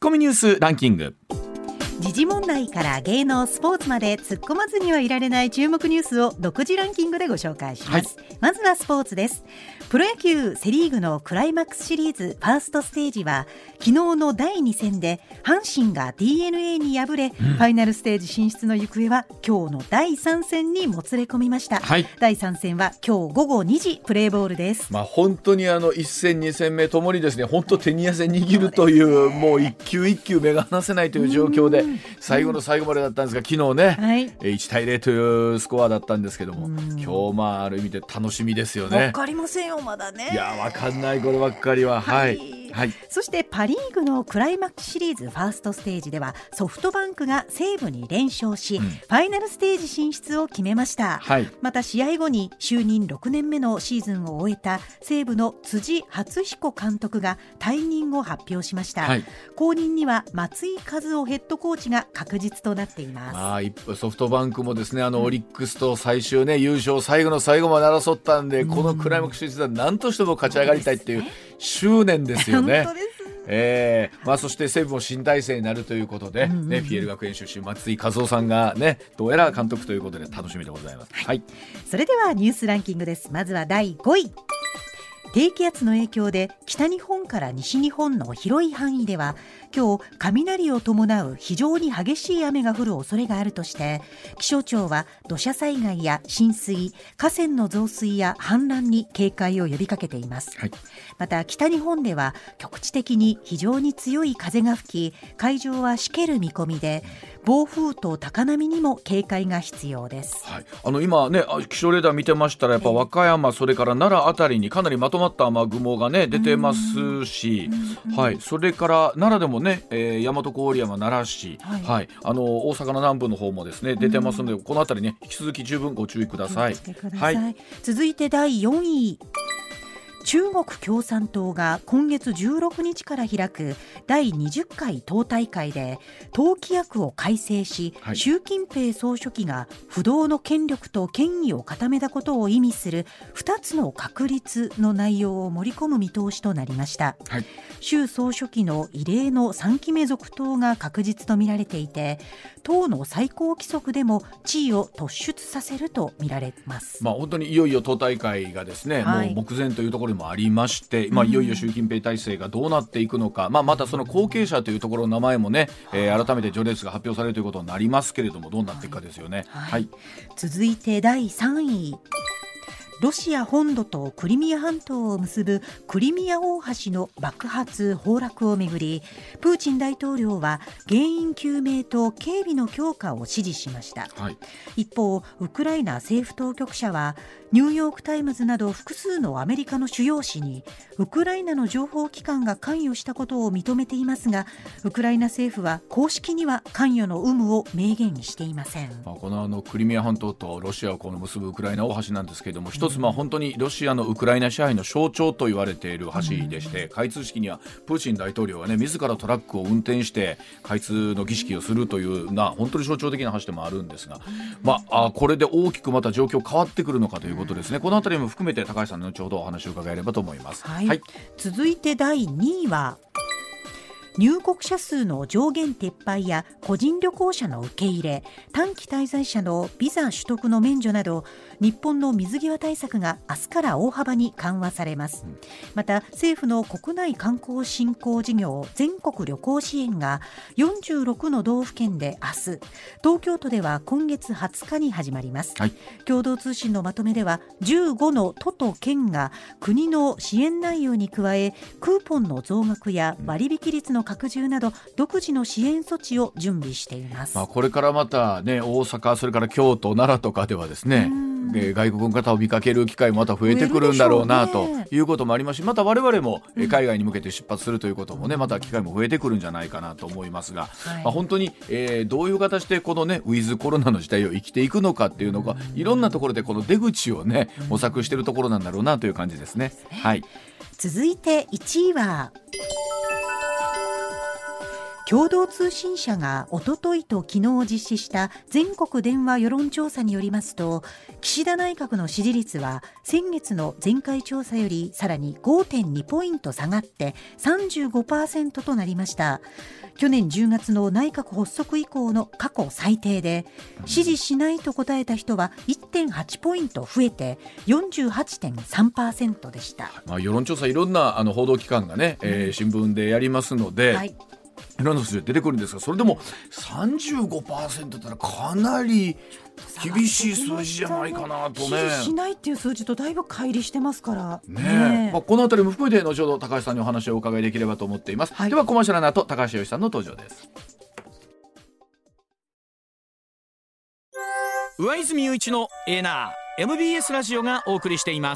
コミニュースランキング。 時事問題から芸能スポーツまで突っ込まずにはいられない注目ニュースを独自ランキングでご紹介します、まずはスポーツです。プロ野球セリーグのクライマックスシリーズファーストステージは昨日の第2戦で阪神が DNA に敗れ、ファイナルステージ進出の行方は今日の第3戦にもつれ込みました、第3戦は今日午後2時プレーボールです。 本当に1戦2戦目ともにですね、本当手に汗握るという、もう一球一球目が離せないという状況で最後の最後までだったんですが、昨日ね、1対0というスコアだったんですけども、今日ある意味で楽しみですよね。 わかりませんよまだね。 いやわかんないこればっかりは。 そしてパリーグのクライマックスシリーズファーストステージではソフトバンクが西武に連勝し、ファイナルステージ進出を決めました、また試合後に就任6年目のシーズンを終えた西武の辻発彦監督が退任を発表しました、後任には松井一夫ヘッドコーチが確実となっています。 ソフトバンクもですね、オリックスと最終ね優勝最後の最後まで争ったんで、このクライマックスシリーズは何としても勝ち上がりたいっていう執念ですよね。本当です。そして西武も新体制になるということで、PL 学園出身松井一夫さんがねどうやら監督ということで楽しみでございます、 それではニュースランキングです。まずは第5位。低気圧の影響で北日本から西日本の広い範囲では今日雷を伴う非常に激しい雨が降る恐れがあるとして、気象庁は土砂災害や浸水、河川の増水や氾濫に警戒を呼びかけています、また北日本では局地的に非常に強い風が吹き、海上はしける見込みで暴風と高波にも警戒が必要です、 今ね気象レーダー見てましたらやっぱ和歌山それから奈良あたりにかなりまとまった雨雲がね出てますし、それから奈良でもね、大和郡山奈良市、大阪の南部の方もですね出てますので、このあたりね引き続き十分ご注意ください。 続いて第4位。中国共産党が今月16日から開く第20回党大会で党規約を改正し、習近平総書記が不動の権力と権威を固めたことを意味する2つの確立の内容を盛り込む見通しとなりました、習総書記の異例の3期目続投が確実とみられていて、党の最高規則でも地位を突出させるとみられます。 本当にいよいよ党大会がですね、もう目前というところもありまして、いよいよ習近平体制がどうなっていくのか、またその後継者というところの名前もね、改めて序列が発表されるということになりますけれども、どうなっていくかですよね。 続いて第3位。ロシア本土とクリミア半島を結ぶクリミア大橋の爆発崩落をめぐり、プーチン大統領は原因究明と警備の強化を指示しました、一方ウクライナ政府当局者はニューヨークタイムズなど複数のアメリカの主要紙にウクライナの情報機関が関与したことを認めていますが、ウクライナ政府は公式には関与の有無を明言していません。 このクリミア半島とロシアを結ぶウクライナ大橋なんですけれども、一つ本当にロシアのウクライナ支配の象徴と言われている橋でして、開通式にはプーチン大統領がね自らトラックを運転して開通の儀式をするという本当に象徴的な橋でもあるんですが、これで大きくまた状況変わってくるのかということですね。このあたりも含めて高橋さんの後ほどお話を伺えればと思います。 続いて第2位は入国者数の上限撤廃や個人旅行者の受け入れ、短期滞在者のビザ取得の免除など、日本の水際対策が明日から大幅に緩和されます。また政府の国内観光振興事業全国旅行支援が46の道府県で明日、東京都では今月20日に始まります。共同通信のまとめでは15の都と県が国の支援内容に加え、クーポンの増額や割引率の拡充など独自の支援措置を準備しています。 これからまたね、大阪それから京都奈良とかではですね、外国の方を見かける機会もまた増えてくるんだろうなということもありますし、また我々も海外に向けて出発するということもね、また機会も増えてくるんじゃないかなと思いますが、本当に、どういう形でこのねウィズコロナの時代を生きていくのかっていうのが、いろんなところでこの出口をね模索しているところなんだろうなという感じですね。 続いて1位は共同通信社がおとといと昨日実施した全国電話世論調査によりますと、岸田内閣の支持率は先月の前回調査よりさらに 5.2 ポイント下がって 35% となりました。去年10月の内閣発足以降の過去最低で、支持しないと答えた人は 1.8 ポイント増えて 48.3% でした。 世論調査いろんな報道機関がね、新聞でやりますので、はい、いろんな数字が出てくるんですが、それでも 35% ってのはかなり厳しい数字じゃないかなとね。 支持しないっていう数字とだいぶ乖離してますからね。このあたりも含めて後ほど高橋さんにお話をお伺いできればと思っています、はい、ではコマーシャルの後、高橋洋一さんの登場です。 上泉雄一のエナー MBS ラジオがお送りしています。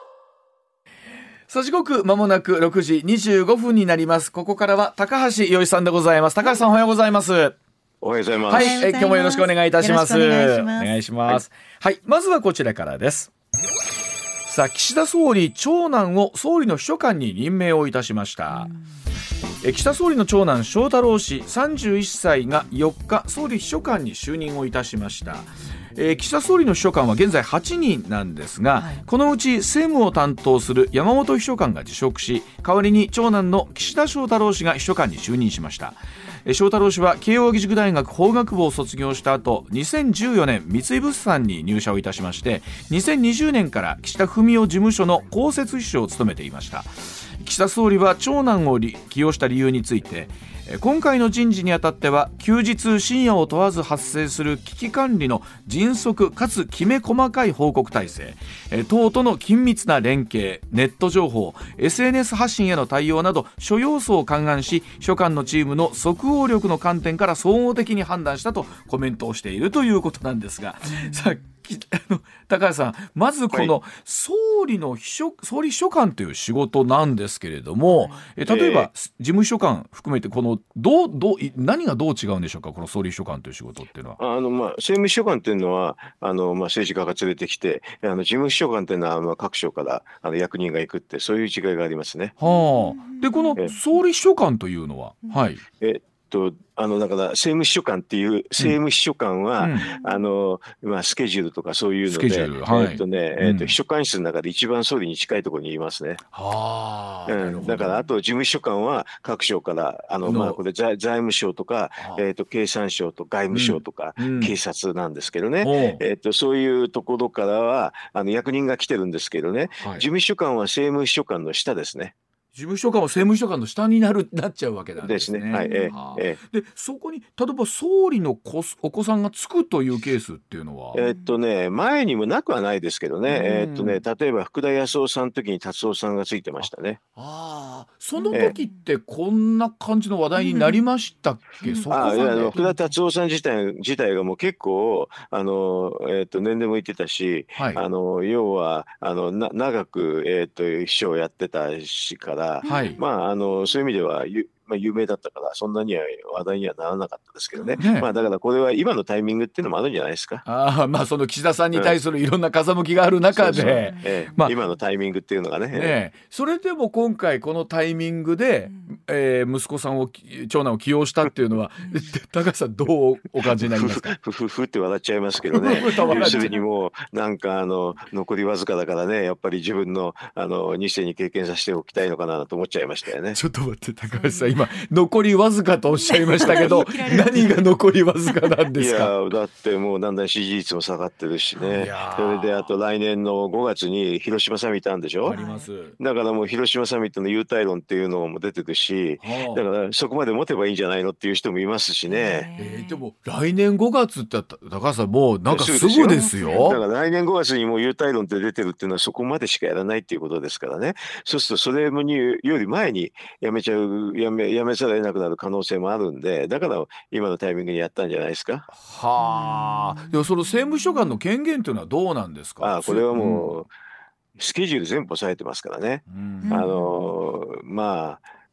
さあ時刻まもなく6時25分になります。ここからは高橋洋一さんでございます。高橋さん、おはようございます。 おはようございます。 はい、今日もよろしくお願いいたします。お願いします。はい、まずはこちらからです。さあ、岸田総理長男を総理の秘書官に任命をいたしました。岸田総理の長男翔太郎氏31歳が4日総理秘書官に就任をいたしました。岸田総理の秘書官は現在8人なんですが、はい、このうち政務を担当する山本秘書官が辞職し、代わりに長男の岸田翔太郎氏が秘書官に就任しました。翔太郎氏は慶應義塾大学法学部を卒業した後、2014年三井物産に入社をいたしまして、2020年から岸田文雄事務所の公設秘書を務めていました。岸田総理は長男を起用した理由について、今回の人事にあたっては休日深夜を問わず発生する危機管理の迅速かつきめ細かい報告体制、党との緊密な連携、ネット情報、 SNS 発信への対応など諸要素を勘案し、所管のチームの即応力の観点から総合的に判断したとコメントをしているということなんですが、さあ高橋さん、まずこの総理秘書官という仕事なんですけれども、例えば事務秘書官含めてこの何がどう違うんでしょうか、この総理秘書官という仕事っていうのは。 政務秘書官というのは政治家が連れてきて、事務秘書官というのは各省から役人が行くって、そういう違いがありますね。 でこの総理秘書官というのは、はい、 だから政務秘書官っていう政務秘書官は、スケジュールとかそういうので、秘書官室の中で一番総理に近いところにいますね。だからあと事務秘書官は各省からこれ財務省とか、経産省と外務省とか、警察なんですけどね、そういうところからは役人が来てるんですけどね、事務秘書官は政務秘書官の下ですね。 事務所官は政務秘書官の下になっちゃうわけなんですね。 ですね。はい。 でそこに例えば総理のお子さんがつくというケースっていうのは、 前にもなくはないですけどね。例えば福田康夫さんの時に達夫さんがついてましたね。 その時ってこんな感じの話題になりましたっけ？福田達夫さん自体がもう結構年齢もいってたし、はい、要は長く秘書をやってたしから。はい、そういう意味では有名だったからそんなには話題にはならなかったですけどね。だからこれは今のタイミングっていうのもあるんじゃないですか。 その岸田さんに対するいろんな風向きがある中で、 今のタイミングっていうのがね。 それでも今回このタイミングで、息子さん長男を起用したっていうのは高橋さんどうお感じになりますか？ ふって笑っちゃいますけどね。要するにもうなんか残りわずかだからね、やっぱり自分の2世に経験させておきたいのかなと思っちゃいましたよね。 ちょっと待って、高橋さん、今残りわずかとおっしゃいましたけど何が残りわずかなんですか？ だってもうだんだん支持率も下がってるしね。それであと来年の5月に広島サミットあるんでしょ。 あります。 だからもう広島サミットの優待論っていうのも出てくるし、だからそこまで持てばいいんじゃないのっていう人もいますしね。 でも来年5月って高橋さん、もうなんかすぐですよ。 だから来年5月にもう優待論って出てるっていうのはそこまでしかやらないっていうことですからね。そうするとそれより前にやめざるを得なくなる可能性もあるんで、だから今のタイミングにやったんじゃないですか。 でもその政務秘書官の権限というのはどうなんですか？ これはもうスケジュール全部抑えてますからね。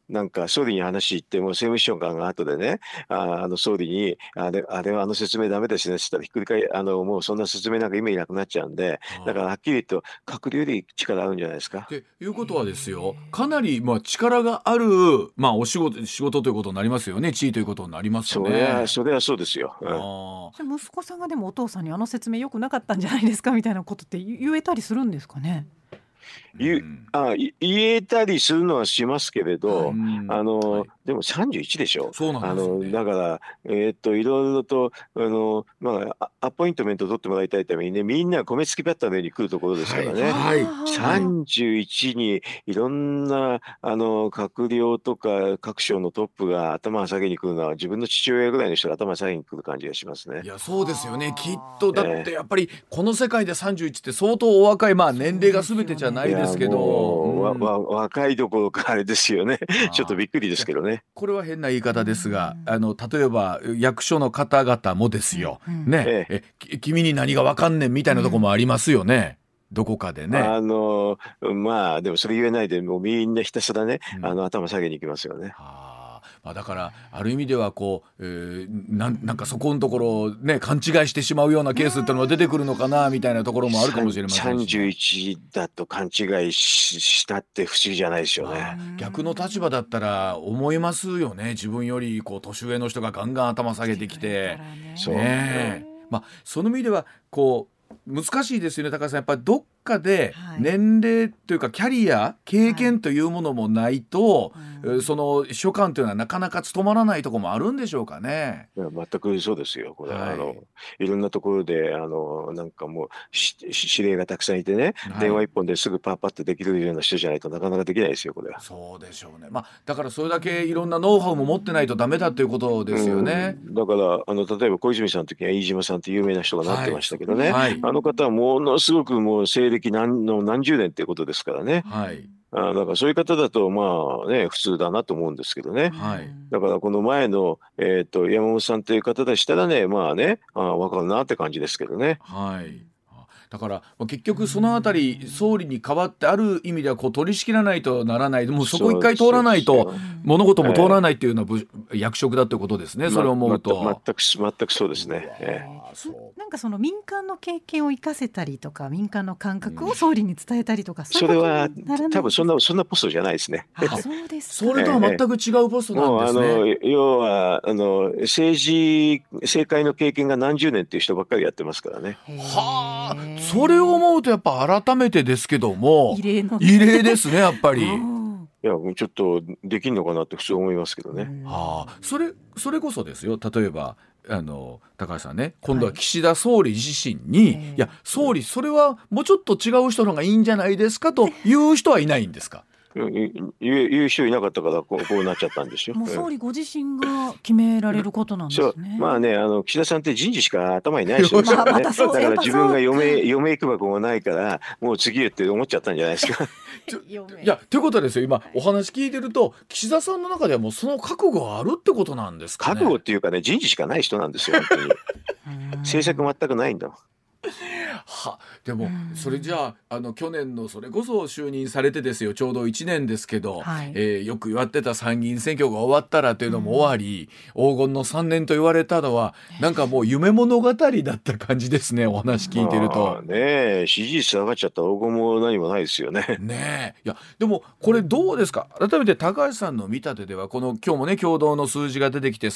なんか総理に話行っても政務秘書官が後でね、総理にあれは説明ダメですねって言ったらひっくり返もうそんな説明なんか意味なくなっちゃうんで、だからはっきり言うと閣僚より力あるんじゃないですか。 っていうことはですよ、かなり力がある、仕事ということになりますよね。地位ということになりますよね。 それはそうですよ。 息子さんがでもお父さんに説明良くなかったんじゃないですかみたいなことって言えたりするんですかね。 言えたりするのはしますけれど、でも31でしょ。 そうなんですよね。 だから、いろいろとアポイントメント取ってもらいたいためにね、みんな米付きバッターのように来るところですからね、31にいろんな閣僚とか各省のトップが頭を下げに来るのは自分の父親ぐらいの人が頭を下げに来る感じがしますね。 いやそうですよね。きっとだってやっぱりこの世界で31って相当お若い、年齢が全てじゃないですけど、 若いどころかあれですよね。ちょっとびっくりですけどね。 これは変な言い方ですが、例えば役所の方々もですよ、君に何が分かんねんみたいなとこもありますよね、どこかでね。 でもそれ言えないでもうみんなひたすらね、頭下げに行きますよね。 だからある意味ではなんかそこのところをね勘違いしてしまうようなケースっていうのが出てくるのかなみたいなところもあるかもしれませんし、 31だと勘違いしたって不思議じゃないですよね。 逆の立場だったら思いますよね。自分より年上の人がガンガン頭下げてきて、その意味では難しいですよね。高橋さん、やっぱりどっかで年齢というかキャリア経験というものもないと、その秘書官というのはなかなか務まらないところもあるんでしょうかね。 いや全くそうですよ。これいろんなところでなんかもう指令がたくさんいてね、電話一本ですぐパッとできるような人じゃないとなかなかできないですよこれは。 そうでしょうね。だからそれだけいろんなノウハウも持ってないとダメだということですよね。 だから例えば小泉さんの時は飯島さんって有名な人がなってましたけどね、あの方はものすごくもう西暦何十年っていうことですからね。だからそういう方だと普通だなと思うんですけどね。だからこの前の、山本さんという方でしたらね分かるなって感じですけどね。 だから結局そのあたり総理に代わってある意味では取り仕切らないとならない、もうそこ一回通らないと物事も通らないっていうような役職だということですね。それを思うと全くそうですね。 なんかその民間の経験を生かせたりとか民間の感覚を総理に伝えたりとか、 それは多分そんなポストじゃないですね。 そうです。 それとは全く違うポストなんですね。 要は政界の経験が何十年っていう人ばっかりやってますからね。 それを思うとやっぱ改めてですけども異例ですねやっぱり。 いやちょっとできんのかなって普通思いますけどね。 それこそですよ。例えば高橋さんね、今度は岸田総理自身に、いや総理それはもうちょっと違う人の方がいいんじゃないですかという人はいないんですか。 言う人いなかったからこうなっちゃったんですよ。 もう総理ご自身が決められることなんですね。 岸田さんって人事しか頭にない人ですからね。だから自分が嫁行く箱がないからもう次へって思っちゃったんじゃないですか。 いやということはですよ、今お話聞いてると岸田さんの中ではもうその覚悟があるってことなんですかね。 覚悟っていうかね、人事しかない人なんですよ本当に。政策全くないんだもん。 でもそれじゃあ去年のそれこそ就任されてですよ、ちょうど1年ですけど、よく言われてた参議院選挙が終わったらというのも終わり、黄金の3年と言われたのはなんかもう夢物語だった感じですね。お話聞いてると支持率下がっちゃったら黄金も何もないですよね。 いやでもこれどうですか。改めて高橋さんの見立てでは今日もね共同の数字が出てきて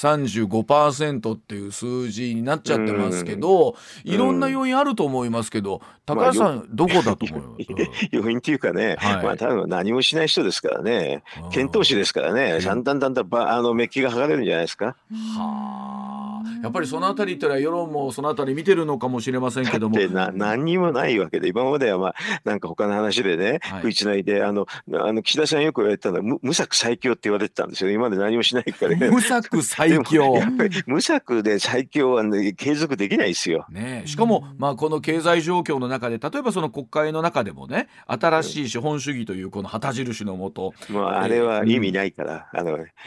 35% っていう数字になっちゃってますけど、いろんな要因あると思いますけど、高橋さんどこだと思います？ 要因っていうかね、多分何もしない人ですからね、検討士ですからね、だんだんメッキが剥がれるんじゃないですか。 やっぱりそのあたりってのは世論もそのあたり見てるのかもしれませんけども、 何にもないわけで、今まではなんか他の話でね、食いつないで岸田さんよく言われてたのは無策最強って言われてたんですよ。今まで何もしないからね。 無策最強。 やっぱり無策で最強は、継続できないですよ。 しかもこの経済状況の中で、例えばその国会の中でもね、新しい資本主義というこの旗印のもと、 あれは意味ないから、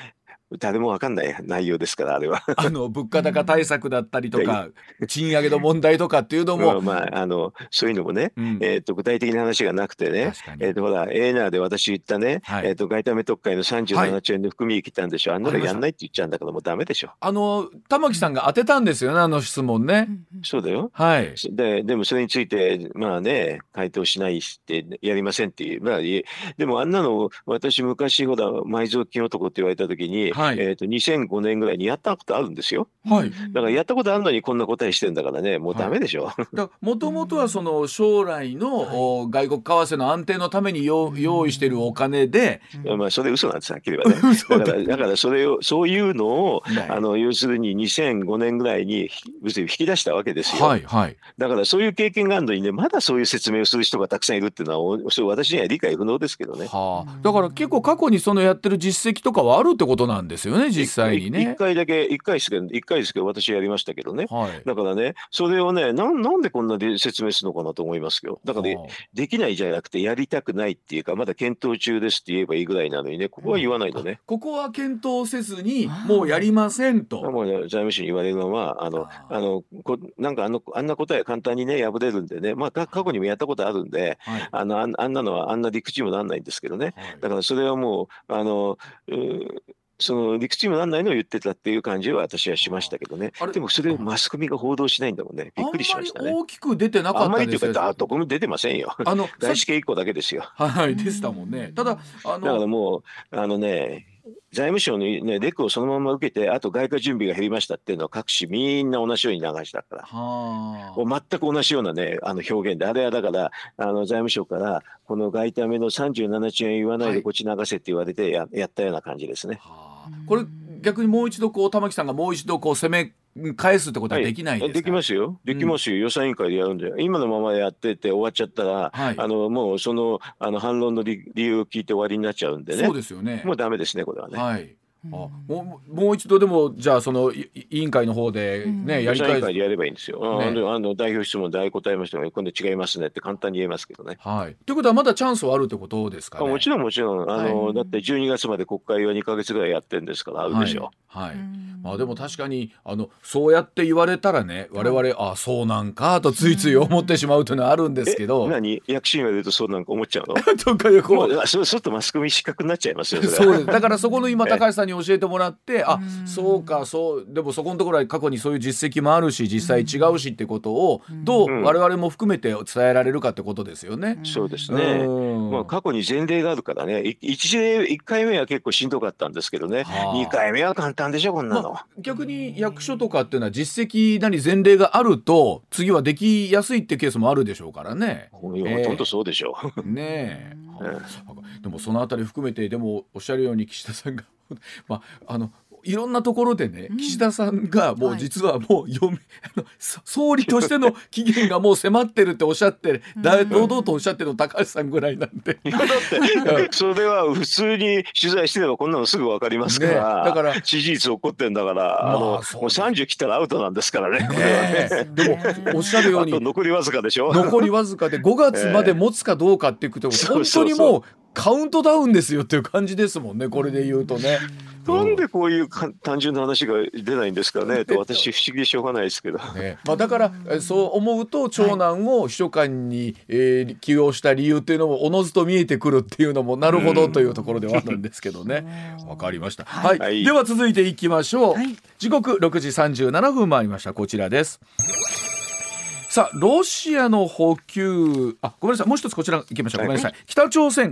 誰も分かんない内容ですから、あれは物価高対策だったりとか賃上げの問題とかっていうのも、 そういうのもね、具体的な話がなくてね、ほらエーナーで私言ったね、外為特会の37兆円の含み益ったんでしょ、あんなのやんないって言っちゃうんだからもうダメでしょ。 玉木さんが当てたんですよね、あの質問ね。 そうだよ。でもそれについて回答しないってやりませんっていう、でもあんなの私昔ほら埋蔵金男って言われた時に、2005年ぐらいにやったことあるんですよ。だからやったことあるのにこんな答えしてんだからね、もうダメでしょ。 もともとはその将来の外国為替の安定のために用意しているお金で、 それ嘘なんです、はっきり言えばね。だからそういうのを要するに2005年ぐらいに引き出したわけですよ。だからそういう経験があるのにね、まだそういう説明をする人がたくさんいるっていうのは私には理解不能ですけどね。 だから結構過去にそのやってる実績とかはあるってことなんですよね、実際にね。 1回ですけど私やりましたけどね。だからね、それをね、なんでこんなで説明するのかなと思いますよ。だから、できないじゃなくてやりたくないっていうか、まだ検討中ですって言えばいいぐらいなのにね、ここは言わないのね。 ここは検討せずにもうやりませんと。 もう、財務省に言われるのはなんかあんな答え簡単にね破れるんでね、過去にもやったことあるんで、あんなのはあんな理屈にもなんないんですけどね。だからそれはもうその理屈にもなんないのを言ってたっていう感じは私はしましたけどね。でもそれをマスコミが報道しないんだもんね。びっくりしましたね。 あんまり大きく出てなかったですよ。 あんまりというかどこも出てませんよ。外資系1個だけですよ。 でしたもんね。ただだからもう財務省の、レクをそのまま受けて、あと外貨準備が減りましたっていうのは各紙みんな同じように流したから、もう全く同じようなね表現で、あれはだから財務省からこの外為の37兆円言わないでこっち流せって言われてやったような感じですね。 これ逆にもう一度玉木さんがもう一度攻め返すってことはできないですか？ できますよ、予算委員会でやるんで、今のままやってて終わっちゃったら、もうその反論の理由を聞いて終わりになっちゃうんでね。 そうですよね。 もうダメですね、これはね。 もう一度でもじゃあその委員会の方でね、やりたい。 委員会でやればいいんですよ。代表質問で答えましたが今度違いますねって簡単に言えますけどね。 ということはまだチャンスはあるってことですかね。 もちろんだって12月まで国会は2ヶ月ぐらいやってるんですからあるでしょう。 でも確かにそうやって言われたらね、我々そうなんかとついつい思ってしまうというのはあるんですけど。 役所に言われるとそうなんか思っちゃうのとかそうとマスコミ失格になっちゃいますよ。 そうです。だからそこの今高橋さんに教えてもらってそうか、でもそこのところは過去にそういう実績もあるし実際違うしってことをどう我々も含めて伝えられるかってことですよね。 そうですね。過去に前例があるからね。1回目は結構しんどかったんですけどね、2回目は簡単でしょこんなの。 逆に役所とかっていうのは実績なり前例があると次はできやすいってケースもあるでしょうからね。 ほとんどそうでしょうね。でもそのあたり含めてでもおっしゃるように岸田さんがいろんなところでね、岸田さんがもう実はもう総理としての期限がもう迫ってるっておっしゃって堂々とおっしゃってるの高橋さんぐらいなんで。 だってそれは普通に取材してればこんなのすぐ分かりますから、だから支持率起こってんだからもう30切ったらアウトなんですからね。 でもおっしゃるように残りわずかでしょ。 残りわずかで5月まで持つかどうかっていうこと本当にもうカウントダウンですよっていう感じですもんね、これで言うとね。 なんでこういう単純な話が出ないんですかねと私不思議でしょうがないですけど、 だからそう思うと長男を秘書官に起用した理由っていうのもおのずと見えてくるっていうのもなるほどというところではあるんですけどね。わかりました。では続いていきましょう。時刻6時37分回りました。こちらです。さあロシアの補給ごめんなさい、もう一つこちら行きましょう。ごめんなさい。北朝鮮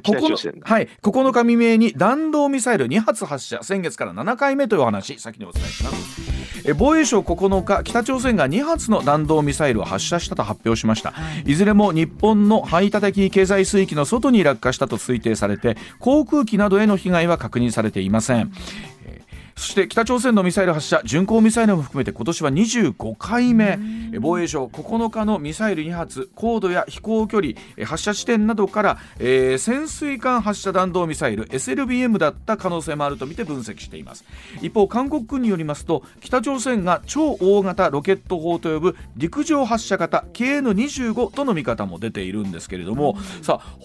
9日未明に弾道ミサイル2発発射、先月から7回目というお話先にお伝えします。防衛省9日北朝鮮が2発の弾道ミサイルを発射したと発表しました。いずれも日本の排他的経済水域の外に落下したと推定されて航空機などへの被害は確認されていません。そして北朝鮮のミサイル発射、巡航ミサイルも含めて今年は25回目。防衛省9日のミサイル2発、高度や飛行距離、発射地点などから、潜水艦発射弾道ミサイル SLBM だった可能性もあるとみて分析しています。一方韓国軍によりますと北朝鮮が超大型ロケット砲と呼ぶ陸上発射型 KN-25 との見方も出ているんですけれども、さあ本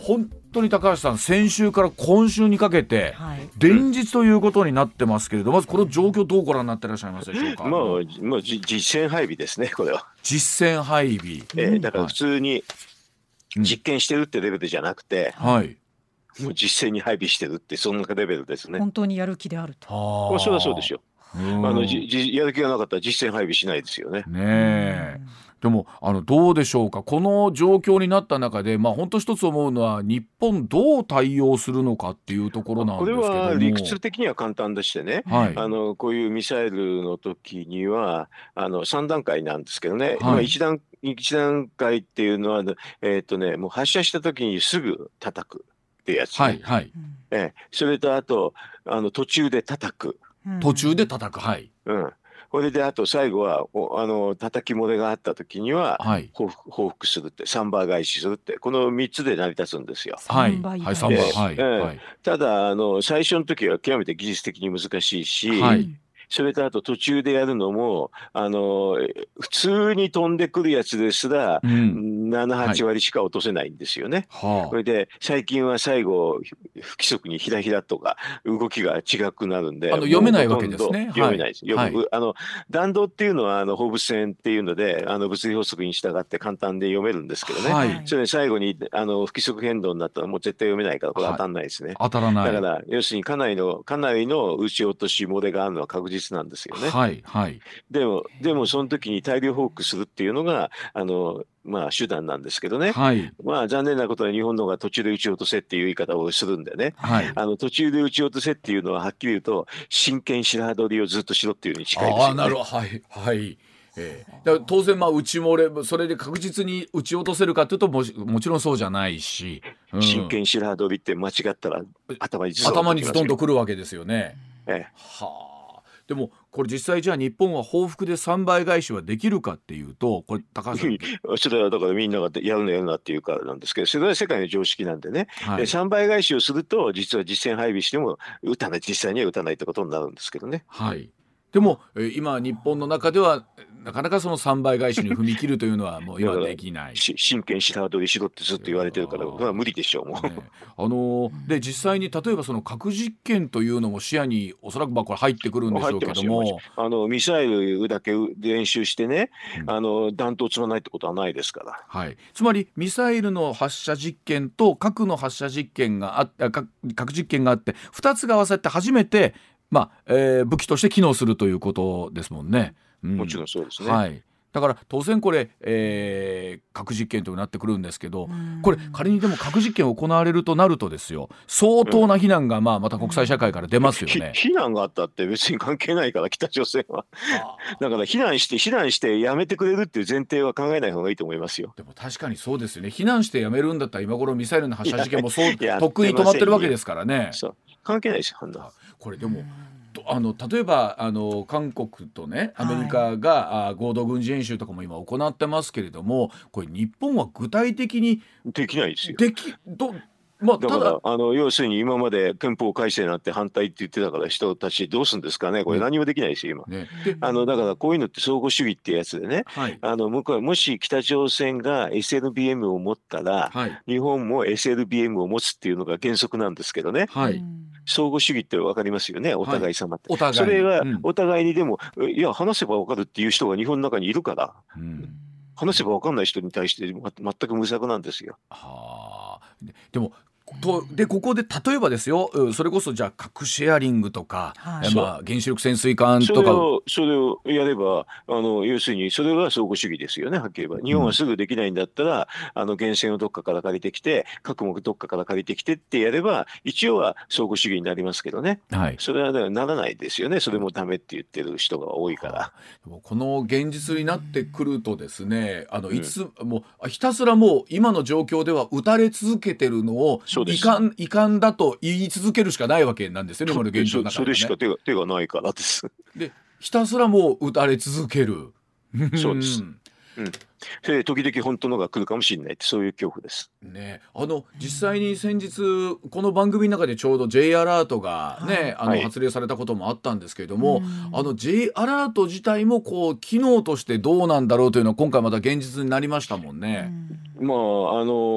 当に高橋さん、先週から今週にかけて連日ということになってますけれど、まずこの状況どうご覧になってらっしゃいますでしょうか。 もう実戦配備ですね、これは。 実戦配備、 だから普通に実験してるってレベルじゃなくて、 はい、 もう実戦に配備してるってそんなレベルですね。 本当にやる気であると。 それはそうでしょ。やる気がなかったら実戦配備しないですよね。 ねえ。でもどうでしょうか、この状況になった中で、本当一つ思うのは日本どう対応するのかっていうところなんですけども。 これは理屈的には簡単でしてね、 はい、 こういうミサイルの時には3段階なんですけどね、 はい、 1段階っていうのは、もう発射した時にすぐ叩くってやつ、ね、 はいはい、 それとあと途中で叩く、 はい、 これであと最後は叩き漏れがあった時には、 はい、 報復するって、3倍返しするって、この3つで成り立つんですよ。 はいはい、3倍、はい、 ただ最初の時は極めて技術的に難しいし、 はい、それとあと途中でやるのも普通に飛んでくるやつですら、7、8割しか落とせないんですよね。それで最近は最後不規則にひらひらとか動きが違くなるんで読めないわけですね。 読めないです、弾道っていうのは放物線っていうので物理法則に従って簡単で読めるんですけどね、それで最後に不規則変動になったらもう絶対読めないから、これ当たらないですね。 当たらない。 だから要するにかなりの撃ち落とし漏れがあるのは確実なんですよね。 はいはい、 でもその時に大量報復するっていうのが手段なんですけどね、 はい、 残念なことは日本の方が途中で撃ち落とせっていう言い方をするんでね、 はい、 途中で撃ち落とせっていうのははっきり言うと真剣白羽取りをずっとしろっていうに近いですよね。 なるほど、はいはい。だから当然撃ち漏れ、それで確実に撃ち落とせるかというともちろんそうじゃないし、 真剣白羽取りって間違ったら頭にズドンとくるわけですよね。でもこれ実際じゃあ日本は報復で3倍返しはできるかっていうと、これ高橋さんそれはだからみんながやるなっていうからなんですけど、それは世界の常識なんでね、 はい、 3倍返しをすると実は実戦配備しても実際には撃たないってことになるんですけどね。 はい、でも今日本の中ではなかなかその3倍返しに踏み切るというのはもう今できない。 真剣白羽取りしろってずっと言われてるから、無理でしょうもう、 で実際に例えばその核実験というのも視野におそらくこれ入ってくるんでしょうけども、 ミサイルだけ練習してね、弾頭積まないってことはないですから、 はい、つまりミサイルの発射実験と核の発射実験が核実験があって2つが合わさって初めて武器として機能するということですもんね。 もちろんそうですね。 はい、だから当然これ、核実験となってくるんですけど、これ仮にでも核実験を行われるとなるとですよ、相当な非難がまた国際社会から出ますよね。 非難があったって別に関係ないから、北朝鮮はだから非難してやめてくれるっていう前提は考えない方がいいと思いますよ。 でも確かにそうですよね。非難してやめるんだったら今頃ミサイルの発射実験もそうとっくに止まってるわけですからね。 そう関係ないですよ。 これでも例えば韓国とねアメリカが、合同軍事演習とかも今行ってますけれども、これ日本は具体的にできないですよ。だから要するに今まで憲法改正なんて反対って言ってたから人たちどうするんですかね、これ何もできないですよ今、だからこういうのって相互主義ってやつでね、もし北朝鮮が SLBM を持ったら、日本も SLBM を持つっていうのが原則なんですけどね、相互主義って分かりますよね、お互い様って、それがお互いにでも、いや話せば分かるっていう人が日本の中にいるから、話せば分かんない人に対して全く無策なんですよ。 でもここで例えばですよ、それこそじゃあ核シェアリングとか、原子力潜水艦とかそれをやれば要するにそれは相互主義ですよね。はっきり言えば日本はすぐできないんだったら、源泉をどっかから借りてきて核もどっかから借りてきてってやれば一応は相互主義になりますけどね、それはならないですよね。それもダメって言ってる人が多いから。 この現実になってくるとですね、いつもひたすらもう今の状況では撃たれ続けてるのを遺憾だと言い続けるしかないわけなんですよね、今の現状の中でね。 それしか手がないからです。 でひたすらもう撃たれ続ける。 そうです、で時々本当のが来るかもしれないって、そういう恐怖です、 実際に先日この番組の中でちょうど J アラートが、発令されたこともあったんですけれども、J アラート自体も機能としてどうなんだろうというのは今回また現実になりましたもんね。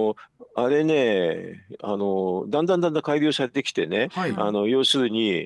あれね、だんだん改良されてきてね、 はい、 要するに、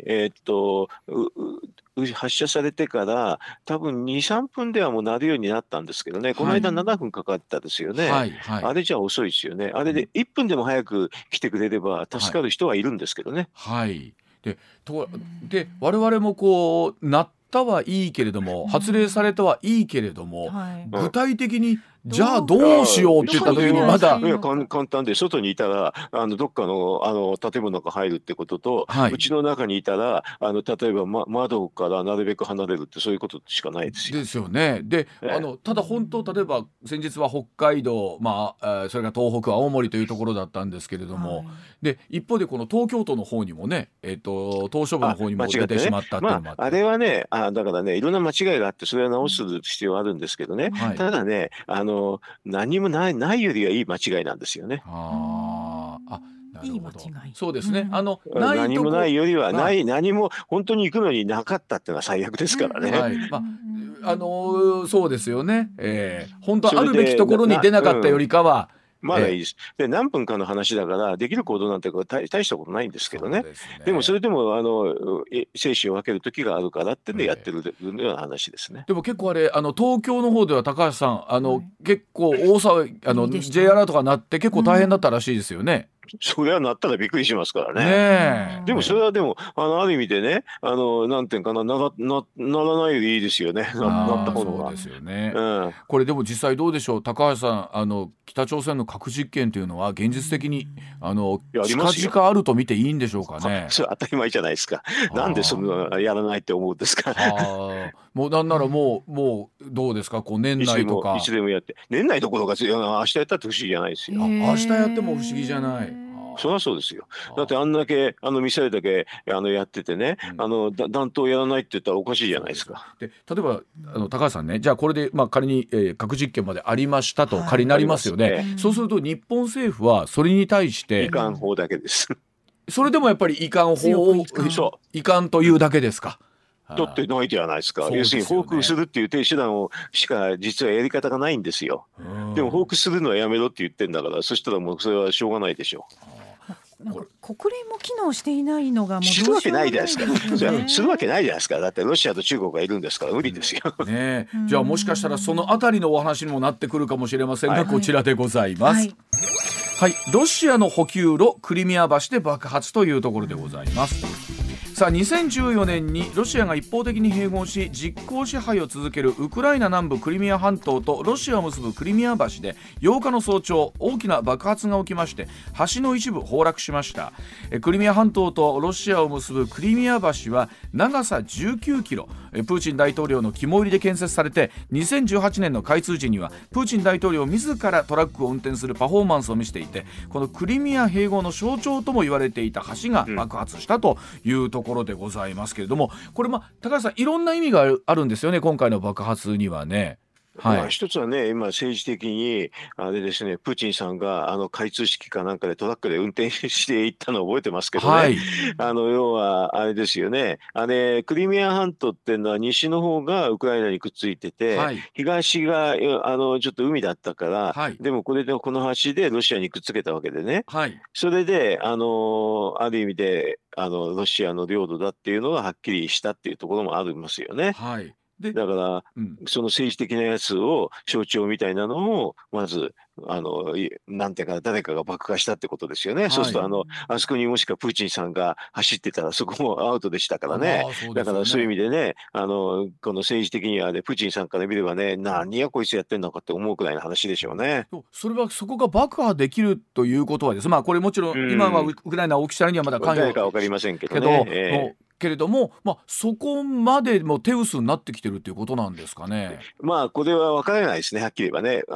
発射されてから多分2、3分ではもう鳴るようになったんですけどね、このはい、 間7分かかったですよね。 はい、はい、 あれじゃ遅いですよね。あれで1分でも早く来てくれれば助かる人はいるんですけどね。 はい。で我々もこうなったはいいけれども、発令されたはいいけれども、具体的にじゃあどうしようって言った時にまだ簡単で、外にいたらどっかの建物が入るってことと、 はい、 うちの中にいたら例えば、窓からなるべく離れるって、そういうことしかないですよ。 ですよね。で、ただ本当例えば先日は北海道、それから東北青森というところだったんですけれども、で一方でこの東京都の方にもね、島しょ部の方にも出てしまったっていうのもあって、 あれはね、だからね、いろんな間違いがあってそれは直す必要はあるんですけどね、ただね、何もないよりはいい間違いなんですよね。 いい間違い。 そうですね。 何もないよりは何も本当に行くのになかったっていうのは最悪ですからね。 はい、そうですよね。本当あるべきところに出なかったよりかは。 まだいいです。で、何分かの話だからできる行動なんて大したことないんですけどね。でもそれでも生死を分ける時があるからってんでやってるような話ですね。 でも結構あれ東京の方では高橋さん結構大騒ぎJ アラートが鳴って結構大変だったらしいですよね。 それはなったらびっくりしますからね。でもそれはある意味でね、なんていうかな、ならないよりいいですよね。なった方が。 そうですよね。これでも実際どうでしょう、高橋さん、北朝鮮の核実験というのは現実的に近々あると見ていいんでしょうかね。 それ当たり前じゃないですか。なんでそのやらないって思うんですか。 もうなんならもうどうですか、こう年内とかいつでもやって、年内どころか明日やったって不思議じゃないですよ。 明日やっても不思議じゃない。 そりゃそうですよ。だってあんだけミサイルだけやっててね、弾頭やらないって言ったらおかしいじゃないですか。 で例えば高橋さんね、じゃあこれで仮に、核実験までありましたと仮になりますよね。そうすると日本政府はそれに対して遺憾法だけです。 それでもやっぱり遺憾法を遺憾というだけですか。 だってないじゃないですか。要するに報復するっていう手段しか実はやり方がないんですよ。でも報復するのはやめろって言ってんだから、そしたらもうそれはしょうがないでしょう。 なんか国連も機能していないのがもうするわけないじゃないですか。するわけないじゃないですか。だってロシアと中国がいるんですから無理ですよ。 じゃあもしかしたらそのあたりのお話にもなってくるかもしれませんが、こちらでございます。はい、ロシアの補給路クリミア橋で爆発というところでございます。さあ2014年にロシアが一方的に併合し実効支配を続けるウクライナ南部クリミア半島とロシアを結ぶクリミア橋で8日の早朝大きな爆発が起きまして橋の一部崩落しました。クリミア半島とロシアを結ぶクリミア橋は長さ19キロ、プーチン大統領の肝入りで建設されて2018年の開通時にはプーチン大統領自らトラックを運転するパフォーマンスを見せていて、このクリミア併合の象徴とも言われていた橋が爆発したというところでございますけれども、これ高橋さんいろんな意味があるんですよね、今回の爆発にはね。 一つはね、今政治的にあれですね、プーチンさんが開通式かなんかでトラックで運転していったのを覚えてますけどね、要はあれですよね、クリミア半島っていうのは西の方がウクライナにくっついてて、東がちょっと海だったから、でもこの橋でロシアにくっつけたわけでね、それである意味でロシアの領土だっていうのがはっきりしたっていうところもありますよね。だから、その政治的なやつを象徴みたいなのをまずなんていうか誰かが爆破したってことですよね。そうするとあそこにもしかプーチンさんが走ってたらそこもアウトでしたからね。だからそういう意味でね、この政治的にはね、プーチンさんから見ればね、何やこいつやってんのかって思うくらいの話でしょうね。 そこが爆破できるということはです、これもちろん今はウクライナ大きさにはまだ関与誰か分かりませんけどね。 けれども、そこまでも手薄になってきてるっていうことなんですかね。 これは分からないですね、はっきり言えばね。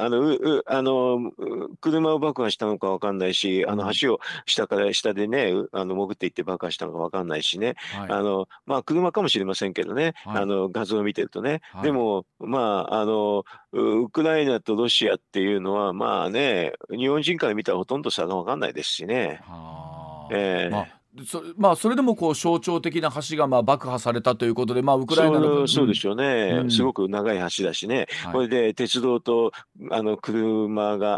車を爆破したのか分かんないし、橋を下でね潜っていって爆破したのか分かんないしね、車かもしれませんけどね、画像を見てるとね、でもウクライナとロシアっていうのは日本人から見たらほとんど差が分かんないですしね。 それでも象徴的な橋が爆破されたということで、ウクライナのそうでしょうね、すごく長い橋だしね、これで鉄道と車があっ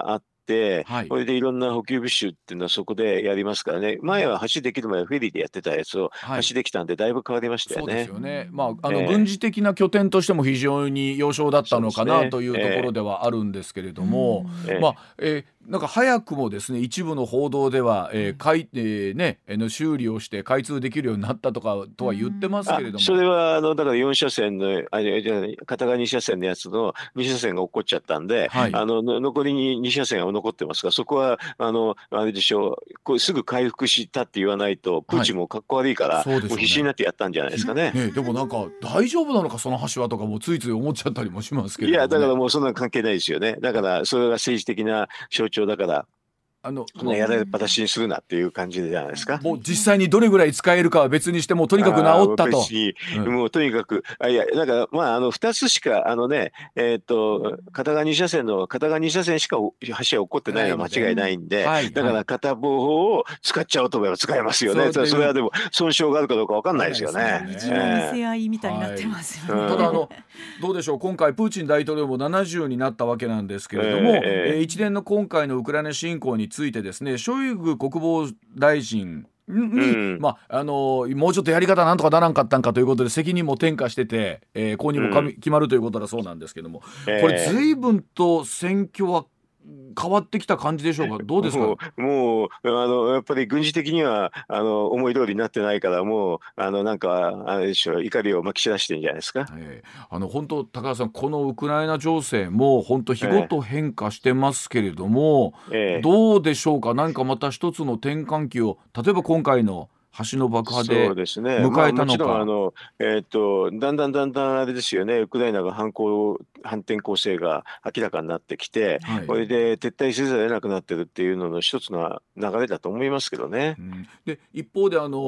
て、これでいろんな補給物資っていうのはそこでやりますからね。前は橋できる前はフェリーでやってたやつを橋できたんでだいぶ変わりましたよね。 そうですよね。軍事的な拠点としても非常に要衝だったのかなというところではあるんですけれども、なんか早くもですね、一部の報道では、修理をして開通できるようになったとは言ってますけれども、 それはだから4車線の片側2車線のやつの2車線が起こっちゃったんで、残りに2車線が残ってますが、そこはあれでしょう、これすぐ回復したって言わないとプーチンもかっこ悪いから、もう必死になってやったんじゃないですかね。 でもなんか大丈夫なのかその橋はとかもついつい思っちゃったりもしますけれども、 いやだからもうそんな関係ないですよね。だからそれが政治的な象徴だから、やられっぱなしにするなっていう感じじゃないですか。 もう実際にどれぐらい使えるかは別にしてもとにかく治ったと。 もうとにかくだから2つしか片側2車線の片側2車線しか橋は起こってないのは間違いないんで、だから片方を使っちゃおうと思えば使えますよね。それはでも損傷があるかどうか分かんないですよね。 一応見せ合いみたいになってますよね。 ただどうでしょう、今回プーチン大統領も70になったわけなんですけれども、一連の今回のウクライナ侵攻についてですね、ショイグ国防大臣に、もうちょっとやり方なんとかならんかったんかということで責任も転嫁してて、後任も決まるということだそうなんですけども、これ随分と戦況は変わってきた感じでしょうか。どうですか。 もうやっぱり軍事的には思い通りになってないから、もうなんかあれでしょう、怒りをまき散らしてるんじゃないですか。 本当高橋さん、このウクライナ情勢も本当日ごと変化してますけれども、どうでしょうか。何かまた一つの転換期を例えば今回の橋の爆破で迎えたのか。 もちろんだんだんあれですよね、ウクライナが反転攻勢が明らかになってきて、これで撤退せざるを得なくなってるっていうのの一つの流れだと思いますけどね。 で一方で東部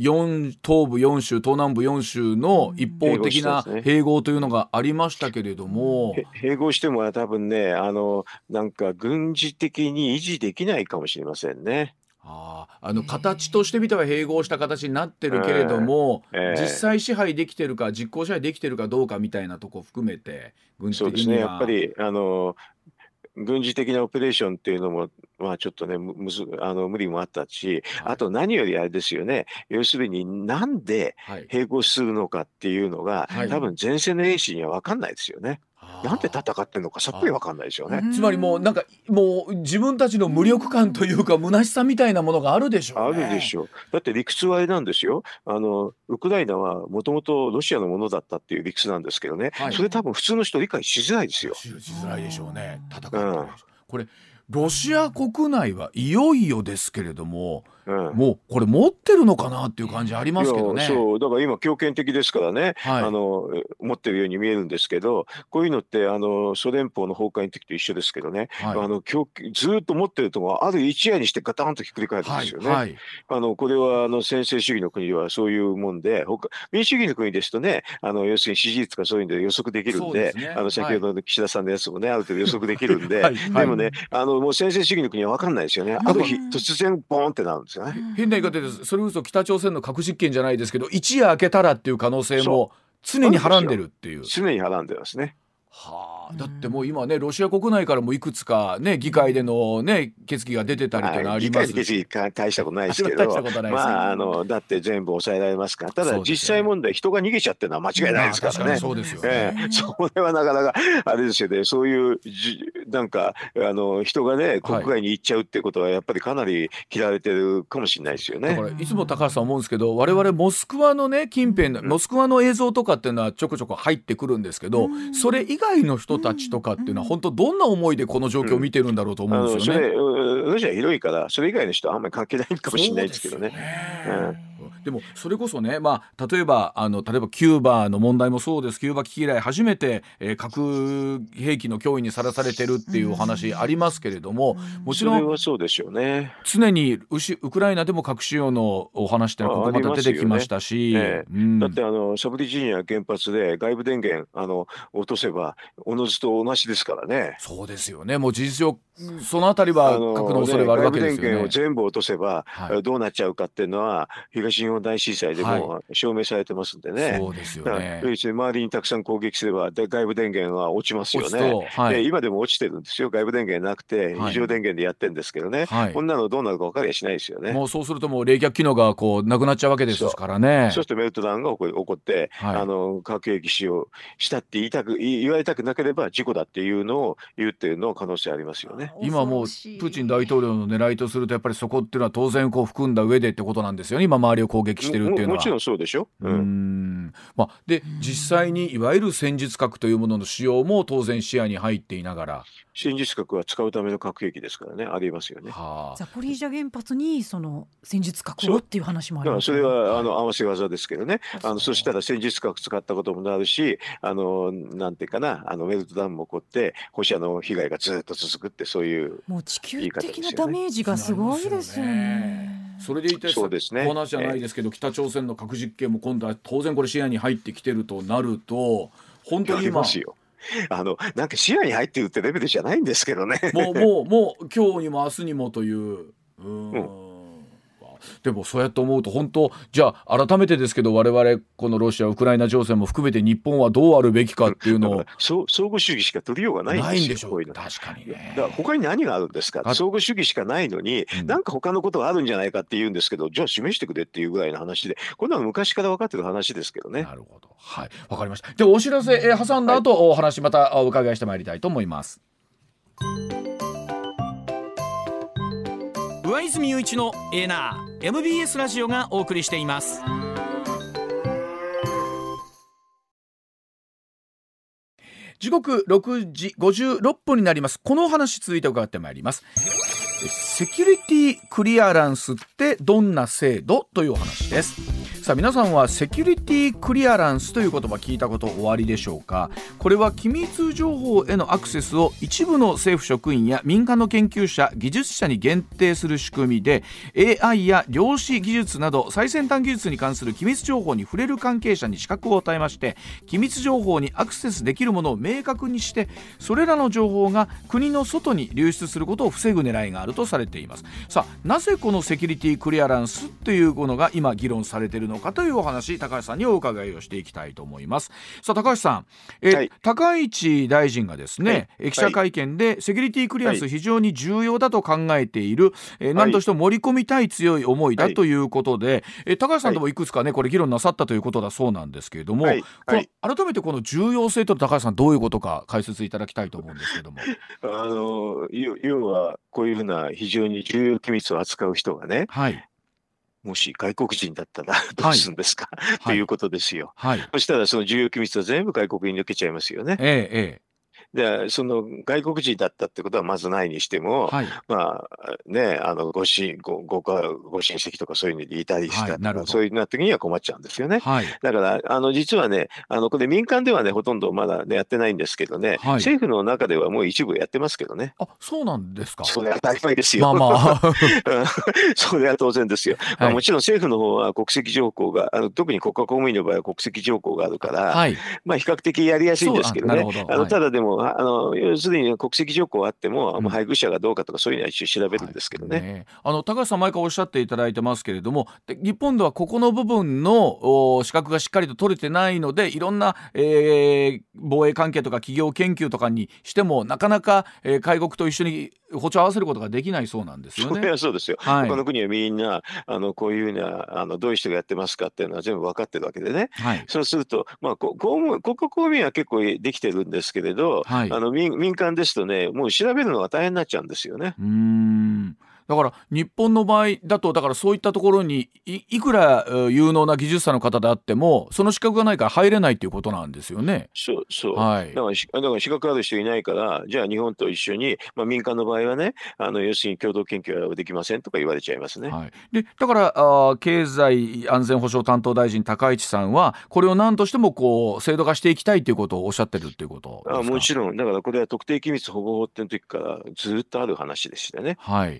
4州東南部4州の一方的な併合というのがありましたけれども、 併合しても多分ね、なんか軍事的に維持できないかもしれませんね。 形としてみては併合した形になってるけれども、実際支配できてるか実効支配できてるかどうかみたいなとこ含めて軍事的には。 そうですね、やっぱり軍事的なオペレーションっていうのもちょっとね無理もあったし、あと何よりあれですよね、要するになんで併合するのかっていうのが、多分前線の兵士には分かんないですよね。なんで戦ってんのかさっぱり分かんないですよね。 つまりもう自分たちの無力感というか虚しさみたいなものがあるでしょうね。 あるでしょう。だって理屈はあれなんですよ。ウクライナはもともとロシアのものだったっていう理屈なんですけどね、それ多分普通の人理解しづらいですよ。 しづらいでしょうね。戦ってこれロシア国内はいよいよですけれども、もうこれ持ってるのかなっていう感じありますけどね。 そうだから今強権的ですからね、持ってるように見えるんですけど、こういうのってソ連邦の崩壊の時と一緒ですけどね、ずっと持ってるとこある一夜にしてガタンとひっくり返るんですよね。これは専制主義の国ではそういうもんで、民主主義の国ですとね、要するに支持率とかそういうので予測できるんで、先ほどの岸田さんのやつもねある程度予測できるんで、でもねもう専制主義の国は分かんないですよね。ある日突然ボーンってなるんですよね。 変な言い方です。それこそ北朝鮮の核実験じゃないですけど、一夜明けたらっていう可能性も常にはらんでるっていう。 常にはらんでますね。 だってもう今ね、ロシア国内からもいくつかね議会でのね決議が出てたりというのありますし、 議会で決議大したことないですけど、だって全部抑えられますから。ただ実際問題人が逃げちゃってるのは間違いないですからね。 そうですよね。 それはなかなかあれですよね。そういうなんか人がね国外に行っちゃうっていうことはやっぱりかなり嫌われてるかもしれないですよね。 だからいつも高橋さん思うんですけど、我々モスクワのね近辺モスクワの映像とかっていうのはちょこちょこ入ってくるんですけど、それ以外の人たちとかっていうのは本当どんな思いでこの状況を見てるんだろうと思うんですよね。 ロシア広いからそれ以外の人はあんまり関係ないかもしれないですけどね。 でもそれこそね、例えばキューバの問題もそうです。キューバ危機以来初めて、核兵器の脅威にさらされてるっていうお話ありますけれども、もちろんそれはそうでしょうね。 常にウクライナでも核使用のお話ってのはここまた出てきましたし、 だってサブリジニア原発で外部電源落とせばおのずと同じですからね。 そうですよね。もう事実上そのあたりは核の恐れはあるわけですよね。 外部電源を全部落とせば、 はい、 どうなっちゃうかっていうのは東日本大震災でも証明されてますんでね、 そうですよね。 周りにたくさん攻撃すれば外部電源は落ちますよね。で今でも落ちてるんですよ。外部電源なくて非常電源でやってるんですけどね、こんなのどうなるか分かりゃしないですよね。 もうそうするともう冷却機能がこうなくなっちゃうわけですからね。 そうするとメルトダウンが起こって、核兵器使用したって言われたくなければ事故だっていうのを言うっていうの可能性ありますよね。 今もうプーチン大統領の狙いとするとやっぱりそこっていうのは当然こう含んだ上でってことなんですよね。今周りを攻撃してるっていうのはもちろんそうでしょ。 で実際にいわゆる戦術核というものの使用も当然視野に入っていながら、 戦術核は使うための核兵器ですからね、ありますよね。 ザポリージャ原発にその戦術核をっていう話もあります、 それは合わせ技ですけどね。そしたら戦術核使ったこともなるし、なんていうかな、メルトダウンも起こって放射の被害がずっと続くって、そういうもう地球的なダメージがすごいですよね。 それでいてそうですね、話じゃないですけど、北朝鮮の核実験も今度は当然これ視野に入ってきてるとなると、本当に今なんか視野に入ってるってレベルじゃないんですけどね。 もう今日にも明日にもという。でもそうやって思うと本当、じゃあ改めてですけど、我々このロシアウクライナ情勢も含めて日本はどうあるべきかっていうのを相互主義しか取りようがないんですよ。 ないんでしょう。確かにね。 だから他に何があるんですか。相互主義しかないのに、なんか他のことがあるんじゃないかって言うんですけど、じゃあ示してくれっていうぐらいの話で、こんなの昔から分かってる話ですけどね。 なるほど、はい、分かりました。でお知らせ挟んだ後、お話またお伺いしてまいりたいと思います。 上泉雄一のエナー MBS ラジオがお送りしています。 時刻6時56分になります。このお話続いて伺ってまいります。セキュリティクリアランスってどんな制度というお話です。さあ皆さんはセキュリティクリアランスという言葉聞いたことおありでしょうか。これは機密情報へのアクセスを一部の政府職員や民間の研究者技術者に限定する仕組みで、 AI や量子技術など最先端技術に関する機密情報に触れる関係者に資格を与えまして、機密情報にアクセスできるものを明確にして、それらの情報が国の外に流出することを防ぐ狙いがあるとされています。さあなぜこのセキュリティクリアランスというものが今議論されているのかというお話、高橋さんにお伺いをしていきたいと思います。さあ高橋さん、高市大臣がですね、記者会見でセキュリティクリアランス非常に重要だと考えている、何としても盛り込みたい強い思いだということで、高橋さんともいくつかねこれ議論なさったということだそうなんですけれども、改めてこの重要性と高橋さんどういうことか解説いただきたいと思うんですけども。 要はこういうふうな非常に重要機密を扱う人がね、もし外国人だったらどうするんですか、ということですよ。そしたらその重要機密は全部外国に抜けちゃいますよね。でその外国人だったってことはまずないにしても、まあね、ご親戚とかそういうのでいたりしたら、そういうな時には困っちゃうんですよね。だから実はね、これ民間ではねほとんどまだ、ね、やってないんですけどね、政府の中ではもう一部やってますけどね。 あ、そうなんですか。 それは当たり前ですよ。それは当然ですよ。もちろん政府の方は国籍条項が特に国家公務員の場合は国籍条項があるから、比較的やりやすいんですけどね。ただでも要するに国籍条項あっても、配偶者がどうかとかそういうのは一応調べるんですけどね。 高橋さん毎回おっしゃっていただいてますけれども、日本ではここの部分の資格がしっかりと取れてないので、いろんな、防衛関係とか企業研究とかにしてもなかなか、外国と一緒に歩調を合わせることができないそうなんですよね。 それはそうですよ。他の国はみんなこういうふうなどういう人がやってますかっていうのは全部分かってるわけでね。そうすると、国家公務員は結構できてるんですけれど、民間ですとね、もう調べるのが大変になっちゃうんですよね。 だから日本の場合だと、だからそういったところに いくら有能な技術者の方であってもその資格がないから入れないということなんですよね。 そう、だから資格ある人いないから、じゃあ日本と一緒に、民間の場合はね、要するに共同研究はできませんとか言われちゃいますね。 でだから経済安全保障担当大臣高市さんはこれを何としてもこう制度化していきたいということをおっしゃってるということですか。 もちろん、だからこれは特定機密保護法っていう時からずっとある話でしてね。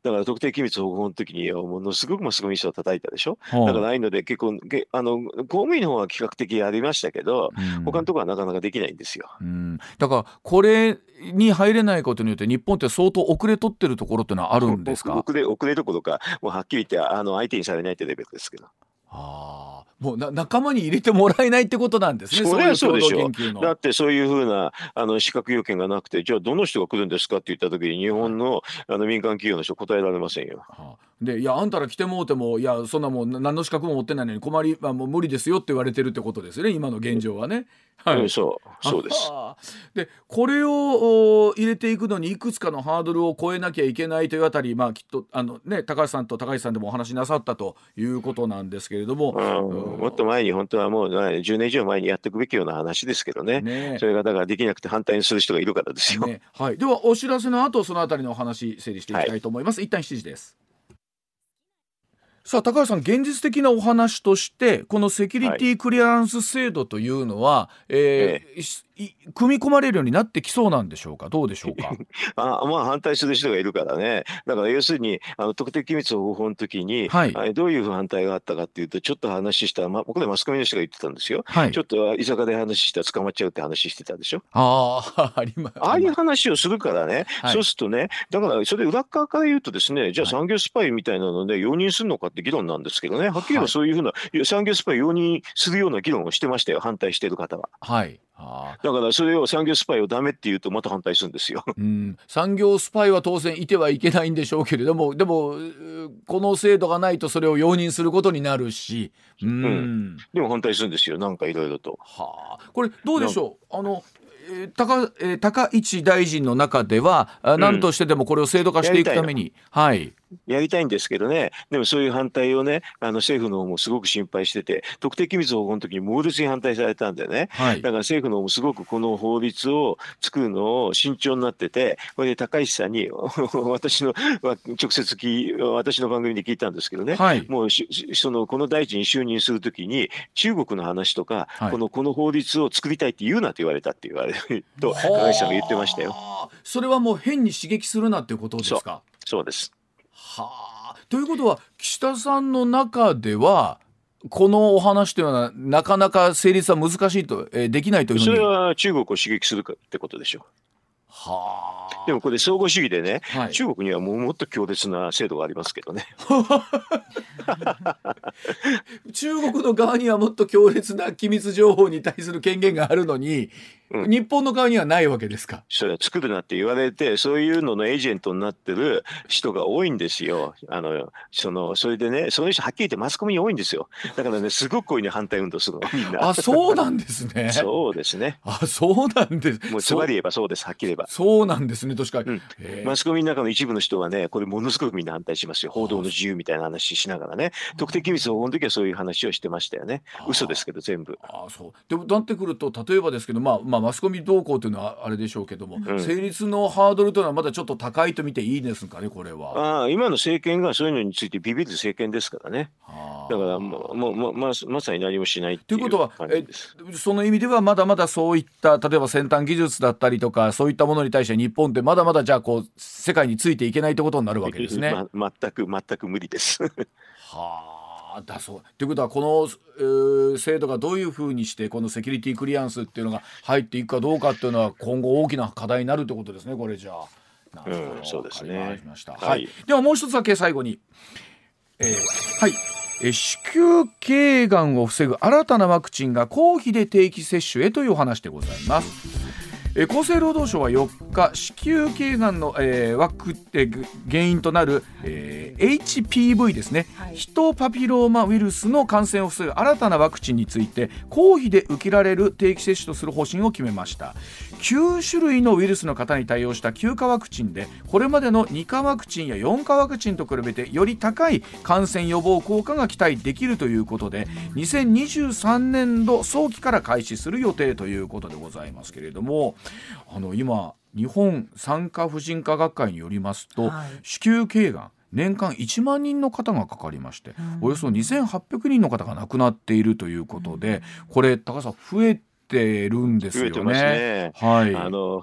だから特定機密保護法の時にものすごくマスコミ賞を叩いたでしょ。だからああいうので結構公務員の方は企画的やりましたけど、他のところはなかなかできないんですよ。 だからこれに入れないことによって日本って相当遅れとってるところってのはあるんですか？ 遅れどころかもうはっきり言って相手にされないってレベルですけど。 もう仲間に入れてもらえないってことなんですね。 それはそうでしょ。だってそういうふうな資格要件がなくて、じゃあどの人が来るんですかって言った時に日本の民間企業の人答えられませんよ。 でいやあんたら来てもうてもいやそんなもん何の資格も持ってないのに困り、もう無理ですよって言われてるってことですよね、今の現状はね。 そうです。 でこれを入れていくのにいくつかのハードルを超えなきゃいけないというあたり、きっと高橋さんと高橋さんでもお話しなさったということなんですけれども、 もっと前に本当はもう10年以上前にやっていくべきような話ですけどね。それがだからできなくて反対にする人がいるからですよ。 ではお知らせの後そのあたりのお話整理していきたいと思います。一旦7時です。さあ高橋さん、現実的なお話としてこのセキュリティクリアランス制度というのは、組み込まれるようになってきそうなんでしょうか、どうでしょうか。 反対する人がいるからね。だから要するに特定機密保護法の時に、どういう反対があったかっていうと、ちょっと話した僕でマスコミの人が言ってたんですよ。ちょっと居酒屋で話したら捕まっちゃうって話してたでしょ。ああいう話をするからね。そうするとね、だからそれ裏側から言うとですね、じゃあ産業スパイみたいなので容認するのかって議論なんですけどね。はっきり言えばそういうふうな産業スパイ容認するような議論をしてましたよ、反対している方は。だからそれを産業スパイをダメって言うとまた反対するんですよ。 産業スパイは当然いてはいけないんでしょうけれども、でもこの制度がないとそれを容認することになるし、 でも反対するんですよ、なんかいろいろと。 これどうでしょう。高市大臣の中では何としてでもこれを制度化していくためにやりたいんですけどね。でもそういう反対をね、政府の方もすごく心配してて、特定機密保護の時に猛烈に反対されたんでね、だから政府の方もすごくこの法律を作るのを慎重になってて、これで高市さんに私の私の番組で聞いたんですけどね、もうこの大臣に就任する時に中国の話とか、この法律を作りたいって言うなって言われたって言われると高市さんが言ってましたよ。 それはもう変に刺激するなっていうことですか。 そうです。 ということは岸田さんの中ではこのお話というのはなかなか成立は難しいと、できないというふうに。 それは中国を刺激するかってことでしょう。でもこれ相互主義でね、中国にはもっと強烈な制度がありますけどね。 中国の側にはもっと強烈な機密情報に対する権限があるのに、日本の側にはないわけですか。 それは作るなって言われて、そういうののエージェントになってる人が多いんですよ。それでね、その人はっきり言ってマスコミに多いんですよ。だからね、すごくこういう反対運動するのみんな。 そうなんですね。 そうですね。 そうなんです。 もうつまり言えばそうです。はっきり言えばそうなんですね。確かに、 マスコミの中の一部の人はね、これものすごくみんな反対しますよ。報道の自由みたいな話しながらね、特定機密保護の時はそういう話をしてましたよね。嘘ですけど全部。 でもなってくると、例えばですけど、マスコミ動向というのはあれでしょうけども、成立のハードルというのはまだちょっと高いと見ていいですかね、これは。 今の政権がそういうのについてビビる政権ですからね。だからまさに何もしないっていう感じです。 ということはその意味ではまだまだそういった例えば先端技術だったりとかそういったものに対して日本ってまだまだじゃあ世界についていけないということになるわけですね。 全く無理です。 ということはこの、制度がどういうふうにしてこのセキュリティクリアランスっていうのが入っていくかどうかっていうのは今後大きな課題になるということですね、これじゃあ。 そうですね。 ではもう一つだけ最後に、子宮頸がんを防ぐ新たなワクチンが公費で定期接種へというお話でございます。厚生労働省は4日子宮頸がんの、原因となる、HPV ですね、ヒトパピローマウイルスの感染を防ぐ新たなワクチンについて公費で受けられる定期接種とする方針を決めました。9種類のウイルスの型に対応した9価ワクチンでこれまでの2価ワクチンや4価ワクチンと比べてより高い感染予防効果が期待できるということで2023年度早期から開始する予定ということでございますけれども、今日本産科婦人科学会によりますと、子宮頸がん年間1万人の方がかかりまして、およそ2800人の方が亡くなっているということで、これ高橋さん増えてるんですよね。 増えてますね。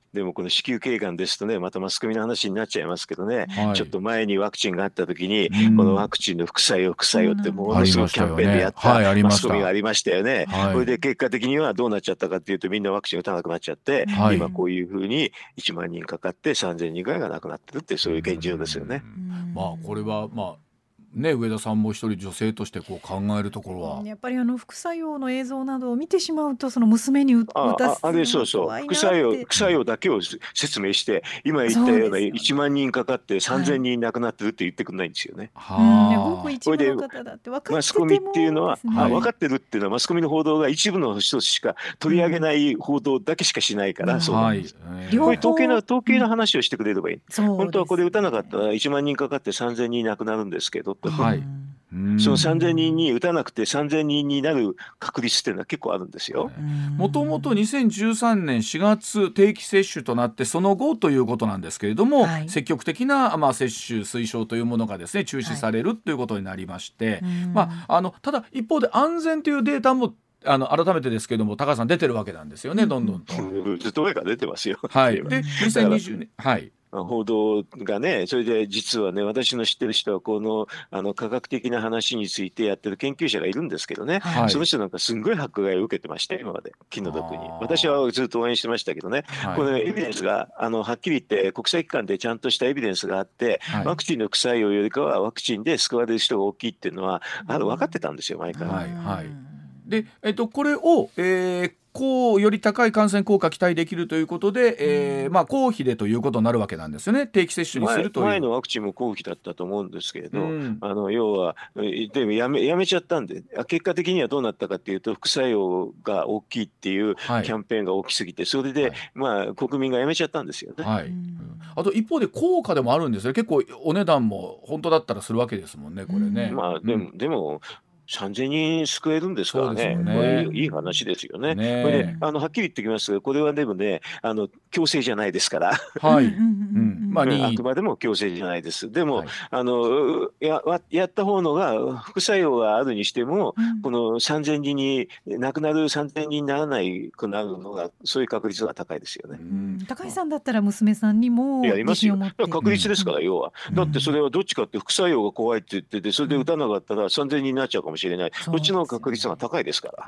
でもこの子宮頸がんですとね、またマスコミの話になっちゃいますけどね、ちょっと前にワクチンがあった時に、このワクチンの副作用ってものすごいキャンペーンでやったマスコミがありましたよね。それで結果的にはどうなっちゃったかっていうと、みんなワクチン打たなくなっちゃって、今こういうふうに1万人かかって3000人ぐらいが亡くなってるって、そういう現状ですよね。 これはね、上田さんも一人女性としてこう考えるところは、 やっぱり副作用の映像などを見てしまうと、その娘に打たすのそう副作用だけを説明して、今言ったような1万人かかって3000人亡くなってるって言ってくれないんですよね。 ごく一部の方だって分かってても、 マスコミっていうのは、分かってるっていうのはマスコミの報道が一部の人しか取り上げない報道だけしかしないから、そうなんです。こういう統計の話をしてくれればいい。本当はこれ打たなかったら1万人かかって3000人亡くなるんですけど、その3000人に打たなくて3000人になる確率っていうのは結構あるんですよ。 もともと2013年4月定期接種となって、その後ということなんですけれども、積極的な、接種推奨というものがですね、中止されるということになりまして、ただ一方で安全というデータも改めてですけれども、高橋さん出てるわけなんですよね、どんどんと。 ずっと前から出てますよ。 で2020年報道がね、それで実はね、私の知ってる人はこの科学的な話についてやってる研究者がいるんですけどね、その人なんかすんごい迫害を受けてましたよ、今まで気の毒に。私はずっと応援してましたけどね、これエビデンスがはっきり言って国際機関でちゃんとしたエビデンスがあって、ワクチンの副作用よりかはワクチンで救われる人が大きいっていうのは分かってたんですよ、前から。 で、これを、より高い感染効果期待できるということで、公費でということになるわけなんですよね、定期接種にするという。 前のワクチンも公費だったと思うんですけれど、要はでもやめちゃったんで、結果的にはどうなったかっていうと、副作用が大きいっていうキャンペーンが大きすぎて、それで、国民がやめちゃったんですよね。 あと一方で高価でもあるんですよ、結構お値段も本当だったらするわけですもんね、これね。 でも3000人救えるんですからね、これいい話ですよね。これではっきり言ってきますが、これはでもね、強制じゃないですから、あくまでも強制じゃないです。でも、やった方のが副作用があるにしても、この3000人に亡くなる3000人にならないくなるのが、そういう確率が高いですよね。 高橋さんだったら娘さんにもやりますよ。確率ですから、要は。だってそれはどっちかって副作用が怖いって言ってて、それで打たなかったら3000人になっちゃうかもしれない。そっちの確率が高いですから。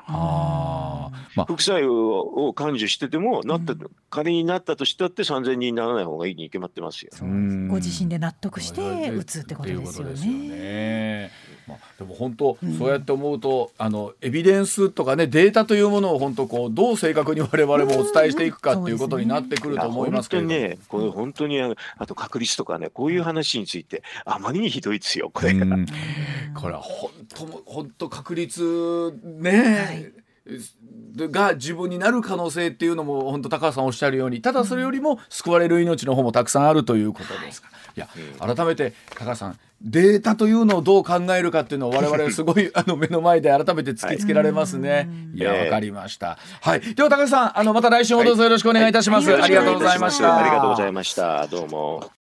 副作用を感受してても、仮になったとしたって3000人にならない方がいいに決まってますよ。 ご自身で納得して打つってことですよね。 でも本当、そうやって思うとエビデンスとかね、データというものを本当どう正確に我々もお伝えしていくかっていうことになってくると思いますけれども、 これ本当にあと確率とかね、こういう話についてあまりにひどいですよ、これが。 これは本当確率ね、が自分になる可能性っていうのも本当高橋さんおっしゃるように、ただそれよりも救われる命の方もたくさんあるということですから、改めて高橋さん、データというのをどう考えるかっていうのを我々すごい目の前で改めて突きつけられますね。わかりました。では高橋さん、また来週もどうぞよろしくお願いいたします。ありがとうございました。 ありがとうございました。どうも。